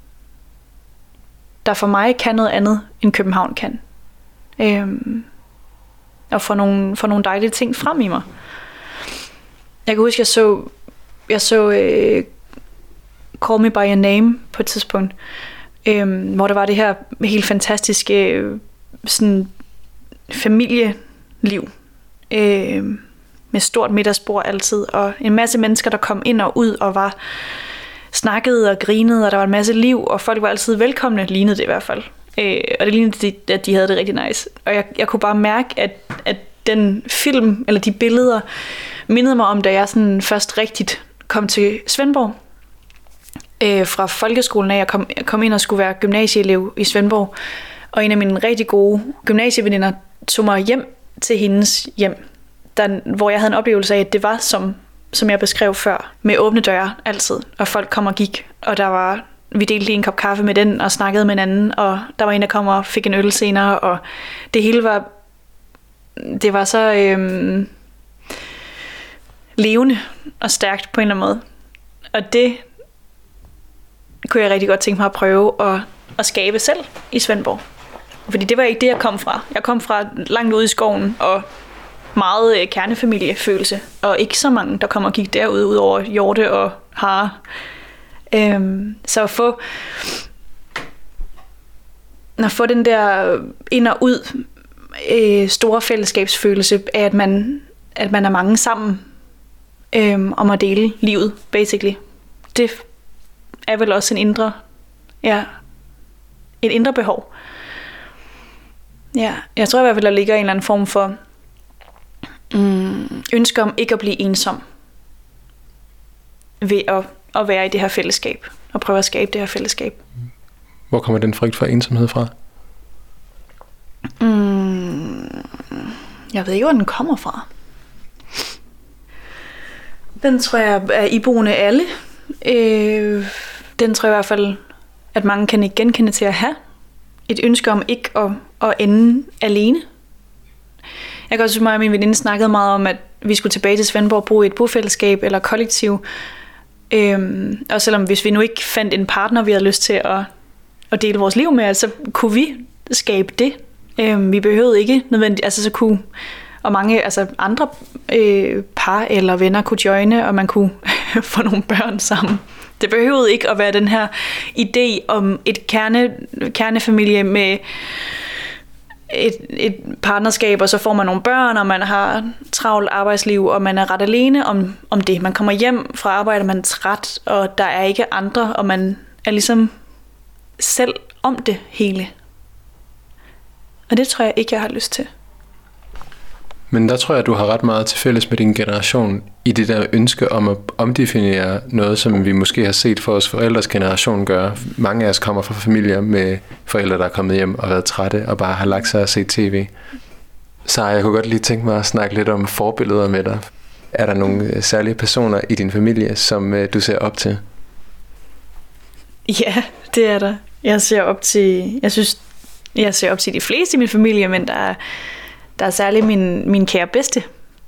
der for mig kan noget andet, end København kan. Øhm, og få nogle, få nogle dejlige ting frem i mig. Jeg kan huske, jeg så, jeg så uh, Call Me By Your Name på et tidspunkt, øhm, hvor der var det her helt fantastiske øh, sådan familieliv, øh, med stort middagsbord altid, og en masse mennesker, der kom ind og ud og var snakkede og grinede, og der var en masse liv, og folk var altid velkomne, lignede det i hvert fald. Øh, og det lignede, at de havde det rigtig nice. Og jeg, jeg kunne bare mærke, at, at den film, eller de billeder, mindede mig om, da jeg sådan først rigtigt kom til Svendborg. Øh, fra folkeskolen af, jeg kom, jeg kom ind og skulle være gymnasieelev i Svendborg. Og en af mine rigtig gode gymnasieveninder tog mig hjem til hendes hjem. Der, hvor jeg havde en oplevelse af, at det var som, som jeg beskrev før, med åbne døre altid. Og folk kom og gik, og der var... Vi delte lige en kop kaffe med den og snakkede med hinanden, og der var en, der kom og fik en øl senere, og det hele var, det var så øhm, levende og stærkt på en eller anden måde. Og det kunne jeg rigtig godt tænke mig at prøve at, at skabe selv i Svendborg. Fordi det var ikke det, jeg kom fra. Jeg kom fra langt ude i skoven, og meget øh, kernefamiliefølelse, og ikke så mange, der kom og gik derude, ud over hjorte og hare. Øhm, så at få at få den der ind og ud øh, store fællesskabsfølelse af, at man, at man er mange sammen øh, om at dele livet, basically. Det er vel også en indre, ja, et indre behov. Ja, jeg tror i hvert fald, der ligger en eller anden form for mm, ønske om ikke at blive ensom ved at at være i det her fællesskab, og prøve at skabe det her fællesskab. Hvor kommer den frygt for ensomhed fra? Mm, jeg ved ikke, hvor den kommer fra. Den tror jeg er iboende alle. Øh, den tror jeg i hvert fald, at mange kan ikke genkende til at have. Et ønske om ikke at, at ende alene. Jeg kan også mig og min veninde snakkede meget om, at vi skulle tilbage til Svendborg og bo i et bofællesskab eller kollektiv. Øhm, og selvom hvis vi nu ikke fandt en partner, vi havde lyst til at, at dele vores liv med, så kunne vi skabe det. Øhm, vi behøvede ikke nødvendigt, altså så kunne, og mange altså andre øh, par eller venner kunne joine, og man kunne få nogle børn sammen. Det behøvede ikke at være den her idé om et kerne, kernefamilie med et, et partnerskab, og så får man nogle børn, og man har travlt arbejdsliv, og man er ret alene om, om det. Man kommer hjem fra arbejde, man er træt, og der er ikke andre, og man er ligesom selv om det hele. Og det tror jeg ikke, jeg har lyst til. Men der tror jeg, at du har ret meget til fælles med din generation i det der ønske om at omdefinere noget, som vi måske har set for os forældres generation gøre. Mange af os kommer fra familier med forældre, der er kommet hjem og været trætte og bare har lagt sig og set tv. Så jeg kunne godt lige tænke mig at snakke lidt om forbilleder med dig. Er der nogle særlige personer i din familie, som du ser op til? Ja, det er der. Jeg ser op til, jeg synes, jeg ser op til de fleste i min familie, men der er, der er særligt min, min kære bedste,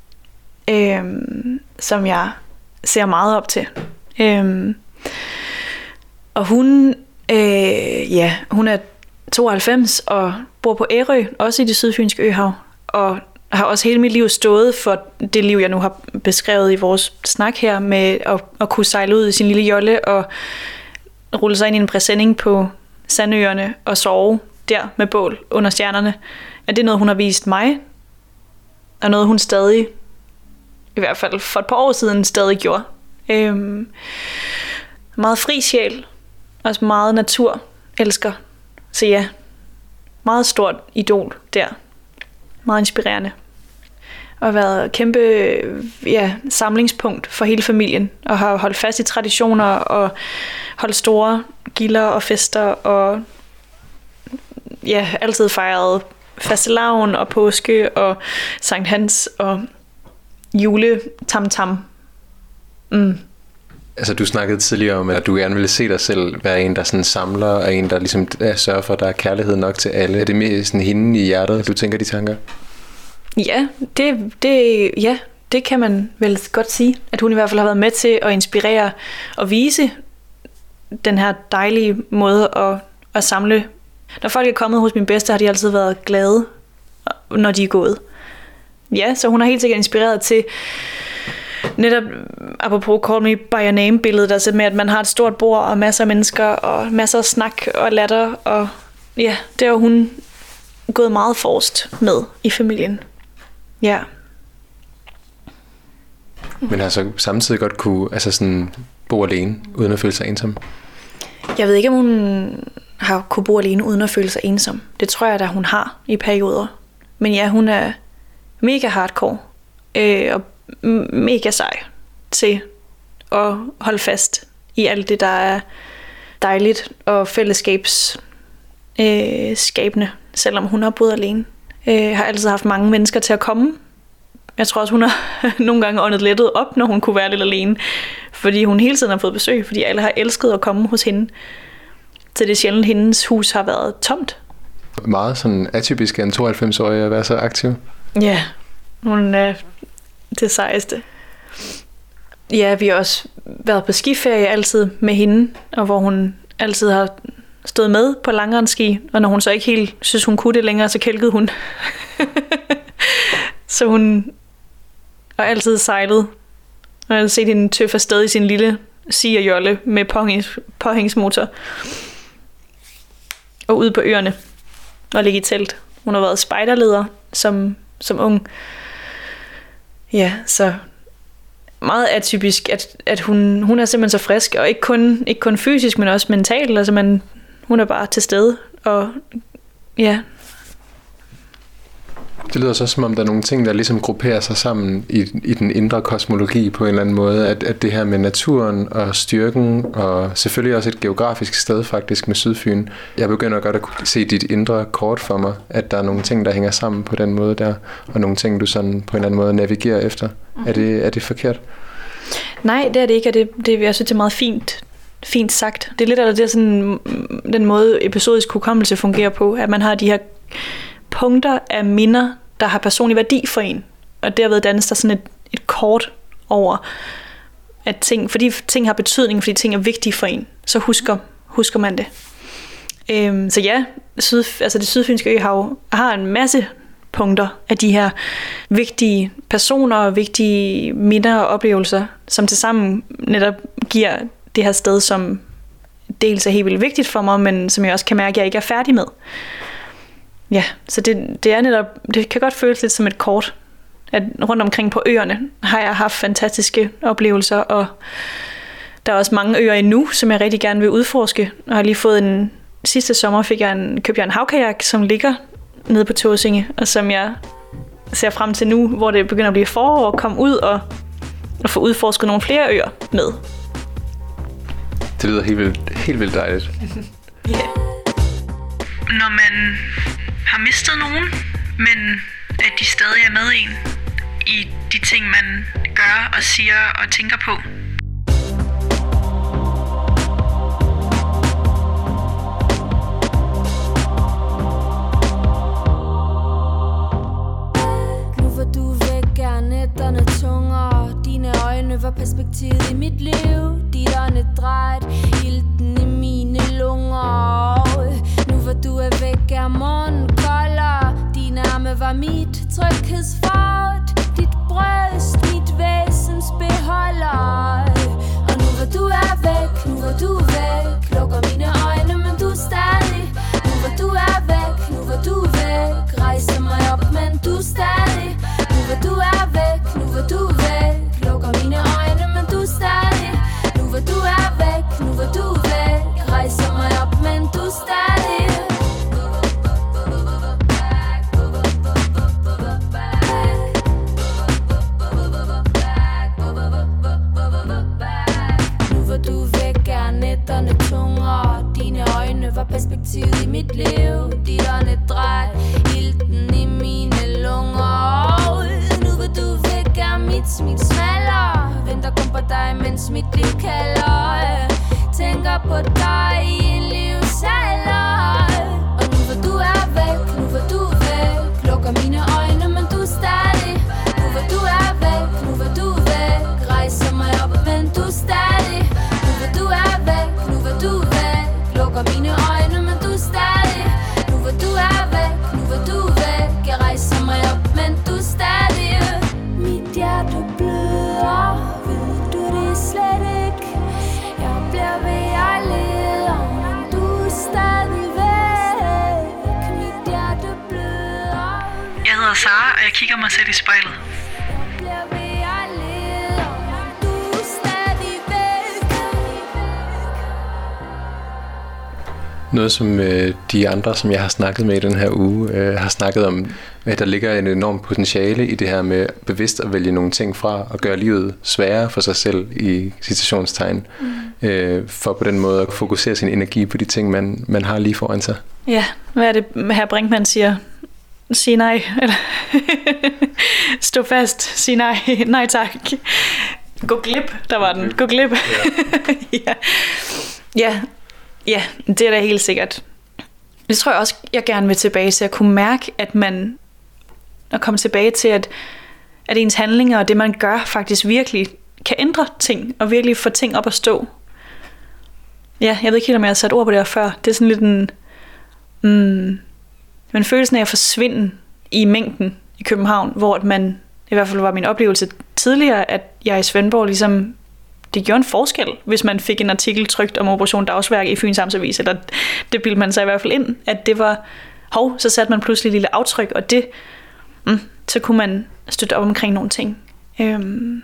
øhm, som jeg ser meget op til. Øhm, og hun, øh, ja, hun er tooghalvfems og bor på Ærø, også i det sydfynske øhav, og har også hele mit liv stået for det liv, jeg nu har beskrevet i vores snak her, med at, at kunne sejle ud i sin lille jolle og rulle sig ind i en præsending på Sandøerne og sove der med bål under stjernerne. Er det noget, hun har vist mig? Og noget, hun stadig, i hvert fald for et par år siden, stadig gjorde. Øhm, meget fri sjæl. Også meget natur. Elsker. Så ja, meget stort idol der. Meget inspirerende. Og har været kæmpe ja, samlingspunkt for hele familien. Og har holdt fast i traditioner og holdt store gilder og fester. Og ja, altid fejret fastelavn og påske og Sankt Hans og jule tam-tam. Mm. Altså, du snakkede tidligere om, at du gerne ville se dig selv være en, der sådan samler, og en, der ligesom ja, sørger for, at der er kærlighed nok til alle. Er det mere sådan hende i hjertet, du tænker de tanker? Ja, det, det, ja, det kan man vel godt sige. At hun i hvert fald har været med til at inspirere og vise den her dejlige måde at, at samle. Når folk er kommet hos min bedste, har de altid været glade, når de er gået. Ja, så hun har helt sikkert inspireret til netop, apropos Call Me By Your Name-billedet, altså med, at man har et stort bord og masser af mennesker og masser af snak og latter. Og ja, det har hun gået meget forrest med i familien. Ja. Men altså samtidig godt kunne altså sådan, bo alene, uden at føle sig ensom? Jeg ved ikke, om hun har kunne bo alene, uden at føle sig ensom. Det tror jeg da, hun har i perioder. Men ja, hun er mega hardcore øh, og mega sej til at holde fast i alt det, der er dejligt og fællesskabsskabende, øh, selvom hun har boet alene. Øh, har altid haft mange mennesker til at komme. Jeg tror også, hun har nogle gange åndet lettet op, når hun kunne være lidt alene, fordi hun hele tiden har fået besøg, fordi alle har elsket at komme hos hende. Så det er sjældent, hendes hus har været tomt. Meget sådan atypisk af en tooghalvfems-årig at være så aktiv. Ja, hun er det sejeste. Ja, vi har også været på skiferie altid med hende, og hvor hun altid har stået med på langrendski, og når hun så ikke helt synes, hun kunne det længere, så kælkede hun. Så hun har altid sejlet, og jeg har set hende tøffe afsted i sin lille sigerjolle med påhængs, påhængsmotor og ude på øerne og ligge i telt. Hun har været spejderleder som, som ung. Ja, så meget atypisk, at, at hun, hun er simpelthen så frisk, og ikke kun, ikke kun fysisk, men også mentalt. Altså man, hun er bare til stede, og ja. Det lyder så, som om der er nogle ting, der ligesom grupperer sig sammen i, i den indre kosmologi på en eller anden måde. At, at det her med naturen og styrken, og selvfølgelig også et geografisk sted faktisk med Sydfyn. Jeg begynder godt at kunne se dit indre kort for mig, at der er nogle ting, der hænger sammen på den måde der, og nogle ting, du sådan på en eller anden måde navigerer efter. Mm-hmm. Er det, er det forkert? Nej, det er det ikke, og det, det, jeg synes, det er meget fint, fint sagt. Det er lidt af det, sådan, den måde episodisk hukommelse fungerer på, at man har de her punkter af minder, der har personlig værdi for en, og derved dannes der sådan et, et kort over, at ting, fordi ting har betydning, fordi ting er vigtige for en, så husker, husker man det. Øhm, så ja, syd, altså det sydfynske øhav har en masse punkter af de her vigtige personer og vigtige minder og oplevelser, som tilsammen netop giver det her sted, som dels er helt vildt vigtigt for mig, men som jeg også kan mærke, at jeg ikke er færdig med. Ja, så det, det er netop, det kan godt føles lidt som et kort, at rundt omkring på øerne har jeg haft fantastiske oplevelser, og der er også mange øer endnu, som jeg rigtig gerne vil udforske, og har lige fået en, sidste sommer fik jeg en, købte jeg en havkajak, som ligger nede på Tåsinge, og som jeg ser frem til nu, hvor det begynder at blive forår, komme ud og, og få udforsket nogle flere øer med. Det lyder helt vildt, helt vildt dejligt. Yeah. Når man har mistet nogen, men at de stadig er med en i de ting, man gør og siger og tænker på. Nætterne tungere, dine øjne var perspektivet i mit liv. Dit åndedræt, ilten i mine lunger. Nu hvor du er væk, er morgen koldere. Dine arme var mit tryghedsfort. Dit bryst, mit væsens beholder. Og nu hvor du er væk, nu hvor du er væk, lukker mine øjne, men du er stadig. Nu hvor du er væk, nu hvor du er væk, rejser mig op, men du er stadig. Nu hvor du er væk, nu hvor du er væk, lukker mine øjne, men du er stadig. Nu hvor du er væk, nu hvor du er væk, rejser mig op, men du er stadig. Nu hvor du er væk, er nætterne tungere. Dine øjne var perspektivet i mit liv. Dit åndedræt, ilten i mine lunger. Mit smil smaller, venter kun på dig, mens mit liv kalder. Tænker på dig i en livsalder. Og nu hvor du er væk, nu hvor du er væk, lukker mine øjne, men du er stadig. Nu hvor du er væk, nu hvor du er væk, rejser mig op, men du er stadig. Nu hvor du er væk, nu hvor du er væk, lukker mine øjne, men du er stadig. Nu hvor du er væk, nu hvor du er væk, jeg rejser mig op, men du er stadig. Mit hjerte bløder, ved du det slet ikke. Jeg bliver ved, jeg leder, men du er stadig væk. Mit hjerte bløder. Jeg hedder Sara, og jeg kigger mig selv i spejlet. Jeg bliver ved, jeg leder, men du er stadig væk. Noget, som øh, de andre, som jeg har snakket med i den her uge, øh, har snakket om, at der ligger en enorm potentiale i det her med bevidst at vælge nogle ting fra og gøre livet sværere for sig selv i citationstegn, mm. øh, for på den måde at fokusere sin energi på de ting, man, man har lige foran sig. Ja, hvad er det, hr. Brinkmann siger? Sig nej, eller stå fast, sig nej, nej tak. Gå glip, der var den, gå glip. Ja. ja. ja, ja, det er da helt sikkert. Det tror jeg også, jeg gerne vil tilbage til at kunne mærke, at man at komme tilbage til, at, at ens handlinger og det, man gør, faktisk virkelig kan ændre ting, og virkelig få ting op at stå. Ja, jeg ved ikke helt, om jeg har sat ord på det her før. Det er sådan lidt en, mm, en følelse af at forsvinde i mængden i København, hvor man, i hvert fald var min oplevelse tidligere, at jeg i Svendborg ligesom, det gjorde en forskel, hvis man fik en artikel trykt om Operation Dagsværk i Fyns Amtsavis, eller det bildte man sig i hvert fald ind, at det var, hov, så satte man pludselig et lille aftryk, og det, mm, så kunne man støtte op omkring nogle ting. Øhm.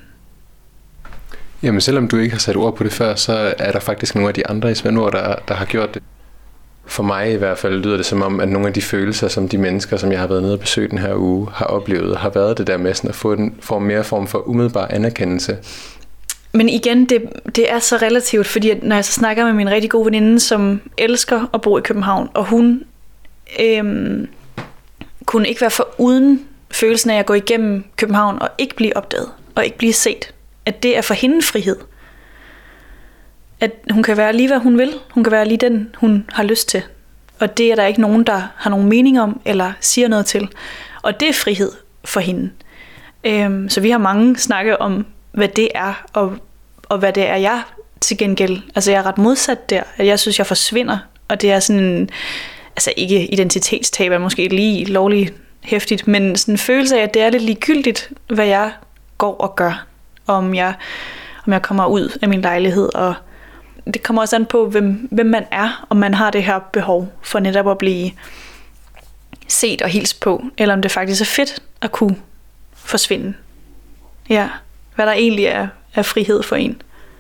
Jamen selvom du ikke har sat ord på det før, så er der faktisk nogle af de andre i Svendborg, der, der har gjort det. For mig i hvert fald lyder det som om, at nogle af de følelser, som de mennesker, som jeg har været nede og besøgt den her uge, har oplevet, har været det der med sådan at få en form, mere form for umiddelbar anerkendelse. Men igen, det, det er så relativt, fordi at når jeg så snakker med min rigtig gode veninde, som elsker at bo i København, og hun øhm, kunne ikke være for uden følelsen af at gå igennem København og ikke blive opdaget, og ikke blive set. At det er for hende frihed. At hun kan være lige, hvad hun vil. Hun kan være lige den, hun har lyst til. Og det er der ikke nogen, der har nogen mening om, eller siger noget til. Og det er frihed for hende. Øhm, så vi har mange snakke om, hvad det er, og, og hvad det er, jeg til gengæld. Altså jeg er ret modsat der, at jeg synes, jeg forsvinder. Og det er sådan, altså ikke identitetstab er måske lige lovligt hæftigt, men sådan en følelse af, at det er lidt ligegyldigt, hvad jeg går og gør. Om jeg, om jeg kommer ud af min lejlighed, og det kommer også an på, hvem, hvem man er, om man har det her behov for netop at blive set og hilst på, eller om det faktisk er fedt at kunne forsvinde. Ja, hvad der egentlig er, er frihed for en.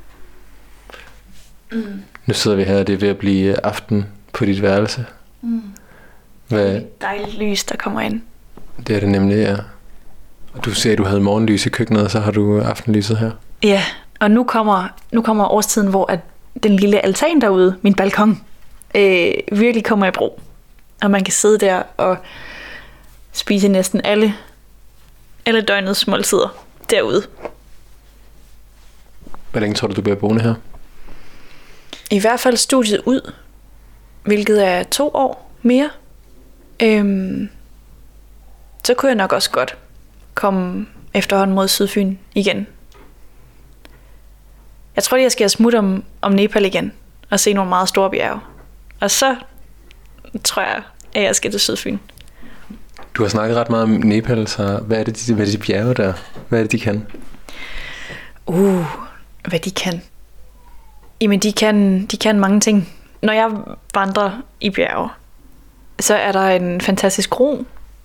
Mm. Nu sidder vi her, og det er ved at blive aften på dit værelse. Mm. Hvad? Det er et dejligt lys, der kommer ind. Det er det nemlig, ja. Du sagde, at du havde morgenlys i køkkenet, og så har du aftenlyset her. Ja, og nu kommer, nu kommer årstiden, hvor at den lille altan derude, min balkon, øh, virkelig kommer i brug. Og man kan sidde der og spise næsten alle, alle døgnets måltider derude. Hvor længe tror du, du bliver boende her? I hvert fald studiet ud, hvilket er to år mere. Øhm, så kunne jeg nok også godt komme efterhånden mod Sydfyn igen. Jeg tror, jeg skal smutte om, om Nepal igen og se nogle meget store bjerge. Og så tror jeg, at jeg skal til Sydfyn. Du har snakket ret meget om Nepal, så hvad er det, de, hvad er det de bjerge der? Hvad er det, de kan? Uh, hvad de kan? Jamen, de kan, de kan mange ting. Når jeg vandrer i bjerge, så er der en fantastisk ro.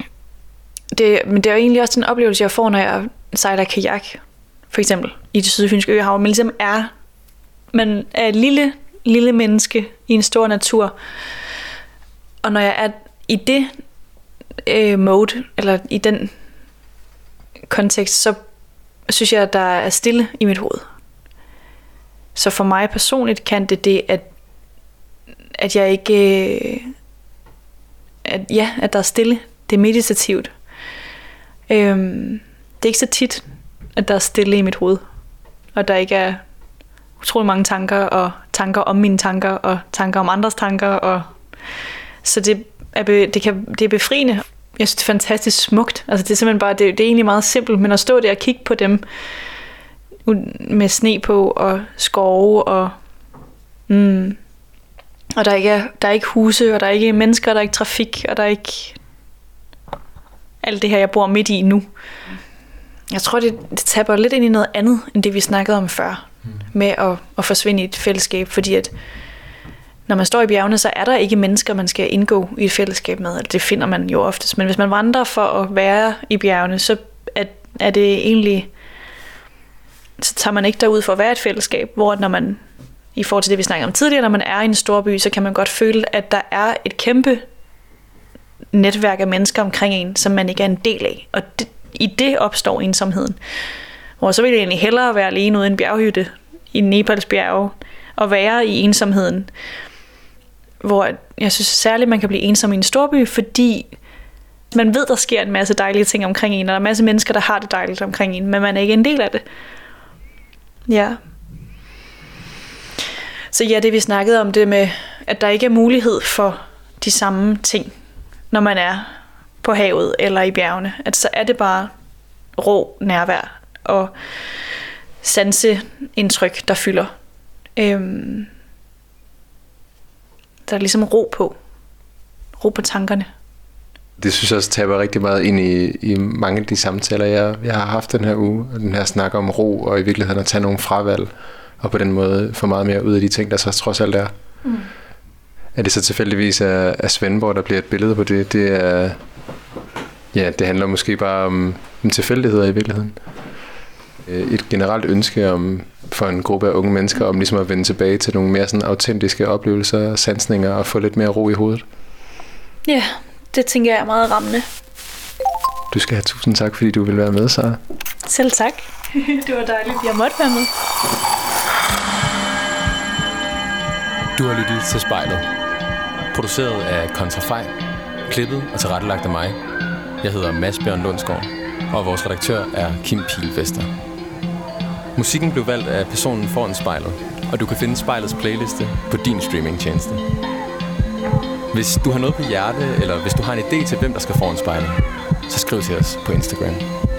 Det, men det er jo egentlig også en oplevelse, jeg får, når jeg sejler kajak, for eksempel, i det sydfynske øhav. Man ligesom er, man er et lille, lille menneske i en stor natur. Og når jeg er i det øh, mode, eller i den kontekst, så synes jeg, at der er stille i mit hoved. Så for mig personligt kan det det, at, at jeg ikke... Øh, at, ja, at der er stille. Det er meditativt. Øhm, det er ikke så tit, at der er stille i mit hoved. Og der ikke er utrolig mange tanker, og tanker om mine tanker, og tanker om andres tanker. Og så det er, be, det, kan, det er befriende. Jeg synes, det er fantastisk smukt. Altså, det er simpelthen bare, det, det er egentlig meget simpelt, men at stå der og kigge på dem, med sne på, og skove, og, mm, og der, ikke er, der er ikke huse, og der er ikke mennesker, der er ikke trafik, og der er ikke alt det her, jeg bor midt i nu. Jeg tror, det, det tapper lidt ind i noget andet, end det vi snakkede om før, mm. med at, at forsvinde i et fællesskab, fordi at når man står i bjergene, så er der ikke mennesker, man skal indgå i et fællesskab med, eller det finder man jo oftest, men hvis man vandrer for at være i bjergene, så er, er det egentlig, så tager man ikke derud for at være et fællesskab, hvor når man, i forhold til det vi snakkede om tidligere, når man er i en stor by, så kan man godt føle, at der er et kæmpe netværk af mennesker omkring en, som man ikke er en del af, og det, i det opstår ensomheden. Hvor så vil jeg egentlig hellere være alene ude i en bjerghytte i Nepals bjerge, og være i ensomheden, hvor jeg synes særligt, man kan blive ensom i en storby, fordi man ved, der sker en masse dejlige ting omkring en, og der er en masse mennesker, der har det dejligt omkring en, men man er ikke en del af det. Ja. Så ja, det vi snakkede om, det med, at der ikke er mulighed for de samme ting, når man er på havet eller i bjergene, at så er det bare rå nærvær og sanseindtryk, der fylder. Øhm, der er ligesom ro på. Ro på tankerne. Det synes jeg også taber rigtig meget ind i, i mange af de samtaler, jeg, jeg har haft den her uge. Den her snak om ro, og i virkeligheden at tage nogle fravalg, og på den måde få meget mere ud af de ting, der så trods alt er. Mm. Er det så tilfældigvis af, af Svendborg, der bliver et billede på det? Det er, ja, det handler måske bare om, om tilfældigheder i virkeligheden. Et generelt ønske om, for en gruppe af unge mennesker, om ligesom at vende tilbage til nogle mere sådan autentiske oplevelser og sansninger, og få lidt mere ro i hovedet. Ja, det tænker jeg er meget rammende. Du skal have tusind tak, fordi du vil være med, Sara. Selv tak. Det var dejligt, at jeg måtte være med. Du har lyttet til Spejlet. Produceret af Kontrafej, klippet og tilrettelagt af mig. Jeg hedder Mads Bjørn Lundsgaard, og vores redaktør er Kim Pilvester. Musikken blev valgt af personen foran spejlet, og du kan finde Spejlets playliste på din streamingtjeneste. Hvis du har noget på hjerte, eller hvis du har en idé til, hvem der skal foran spejlet, så skriv til os på Instagram.